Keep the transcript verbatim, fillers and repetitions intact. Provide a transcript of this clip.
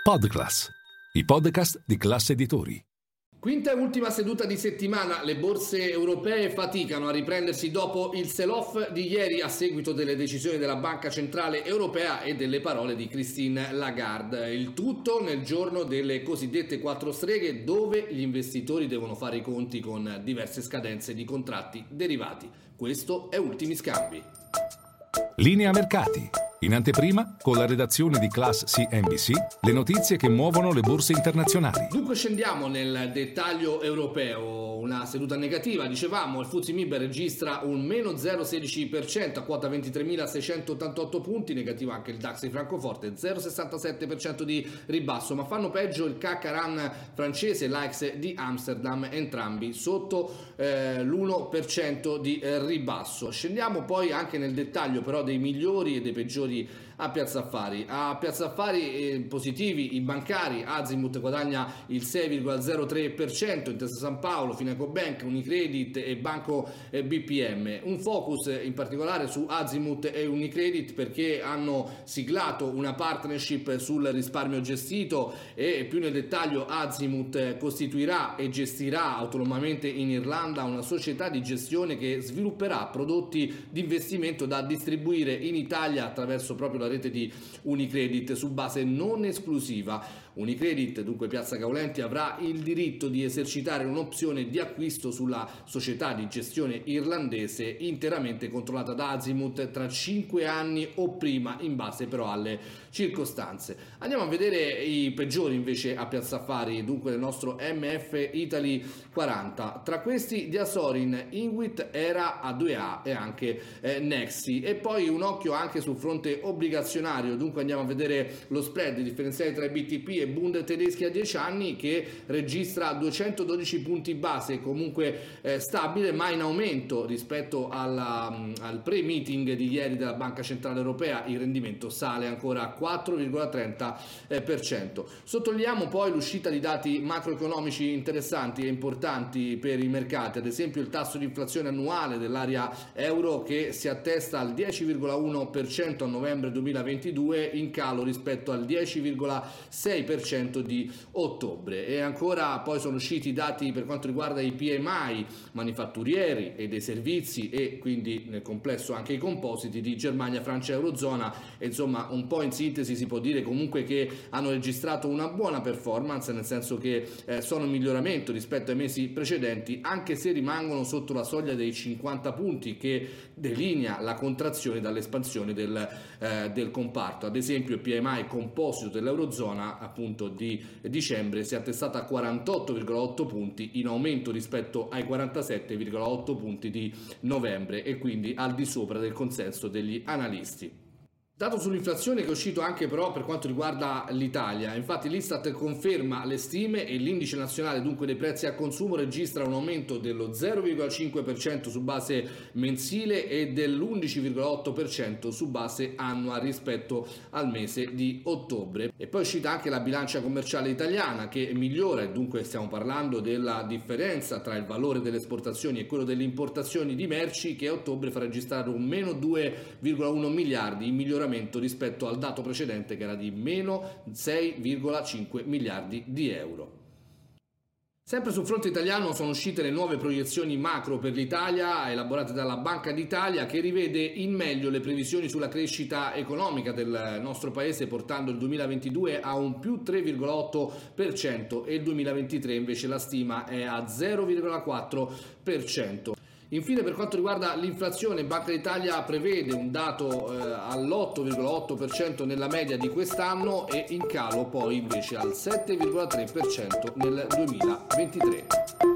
Podclass, i podcast di Class Editori. Quinta e ultima seduta di settimana, le borse europee faticano a riprendersi dopo il sell-off di ieri a seguito delle decisioni della Banca Centrale Europea e delle parole di Christine Lagarde. Il tutto nel giorno delle cosiddette quattro streghe, dove gli investitori devono fare i conti con diverse scadenze di contratti derivati. Questo è Ultimi Scambi. Linea mercati. In anteprima, con la redazione di Class C N B C, le notizie che muovono le borse internazionali. Dunque scendiamo nel dettaglio europeo. Una seduta negativa, dicevamo, il F T S E M I B registra un meno zero virgola sedici per cento a quota ventitremilaseicentottantotto punti, negativo anche il DAX di Francoforte, zero virgola sessantasette per cento di ribasso, ma fanno peggio il C A C Ran francese e l'A E X di Amsterdam, entrambi sotto eh, l'uno per cento di eh, ribasso. Scendiamo poi anche nel dettaglio però dei migliori e dei peggiori a Piazza Affari. A Piazza Affari eh, positivi i bancari, Azimut guadagna il sei virgola zero tre per cento, Intesa San Paolo, Finecobank, Unicredit e Banco eh, B P M. Un focus eh, in particolare su Azimut e Unicredit perché hanno siglato una partnership sul risparmio gestito e più nel dettaglio Azimut eh, costituirà e gestirà autonomamente in Irlanda una società di gestione che svilupperà prodotti di investimento da distribuire in Italia attraverso proprio la rete di Unicredit su base non esclusiva. Unicredit, dunque Piazza Caulenti, avrà il diritto di esercitare un'opzione di acquisto sulla società di gestione irlandese interamente controllata da Azimut tra cinque anni o prima, in base però alle circostanze. Andiamo a vedere i peggiori invece a Piazza Affari, dunque del nostro M F Italy quaranta. Tra questi Diasorin, Inwit, Era A due A e anche eh, Nexi. E poi un occhio anche sul fronte obbligazionario, dunque andiamo a vedere lo spread differenziale tra B T P e Bund tedeschi a dieci anni che registra duecentododici punti base, comunque eh, stabile ma in aumento rispetto alla, al pre-meeting di ieri della Banca Centrale Europea. Il rendimento sale ancora a quattro virgola trenta per cento. Sottolineiamo poi l'uscita di dati macroeconomici interessanti e importanti per i mercati, ad esempio il tasso di inflazione annuale dell'area euro che si attesta al dieci virgola uno per cento a novembre duemilaventidue, in calo rispetto al dieci virgola sei per cento di ottobre. E ancora poi sono usciti i dati per quanto riguarda i P M I manifatturieri e dei servizi e quindi nel complesso anche i compositi di Germania, Francia e Eurozona. E insomma, un po' in sintesi si può dire comunque che hanno registrato una buona performance, nel senso che eh, sono in miglioramento rispetto ai mesi precedenti, anche se rimangono sotto la soglia dei cinquanta punti che delinea la contrazione dall'espansione del, eh, del comparto. Ad esempio il P M I composito dell'Eurozona appunto di dicembre si è attestata a quarantotto virgola otto punti, in aumento rispetto ai quarantasette virgola otto punti di novembre e quindi al di sopra del consenso degli analisti. Dato sull'inflazione che è uscito anche però per quanto riguarda l'Italia, infatti l'Istat conferma le stime e l'indice nazionale dunque dei prezzi a consumo registra un aumento dello zero virgola cinque per cento su base mensile e dell'undici virgola otto per cento su base annua rispetto al mese di ottobre. E poi è uscita anche la bilancia commerciale italiana che migliora, e dunque stiamo parlando della differenza tra il valore delle esportazioni e quello delle importazioni di merci, che a ottobre fa registrare un meno due virgola uno miliardi, in miglioramento rispetto al dato precedente che era di meno sei virgola cinque miliardi di euro. Sempre sul fronte italiano sono uscite le nuove proiezioni macro per l'Italia elaborate dalla Banca d'Italia, che rivede in meglio le previsioni sulla crescita economica del nostro paese, portando il duemilaventidue a un più tre virgola otto per cento e il duemilaventitré invece la stima è a zero virgola quattro per cento. Infine, per quanto riguarda l'inflazione, Banca d'Italia prevede un dato eh, all'otto virgola otto per cento nella media di quest'anno e in calo poi invece al sette virgola tre per cento nel duemilaventitré.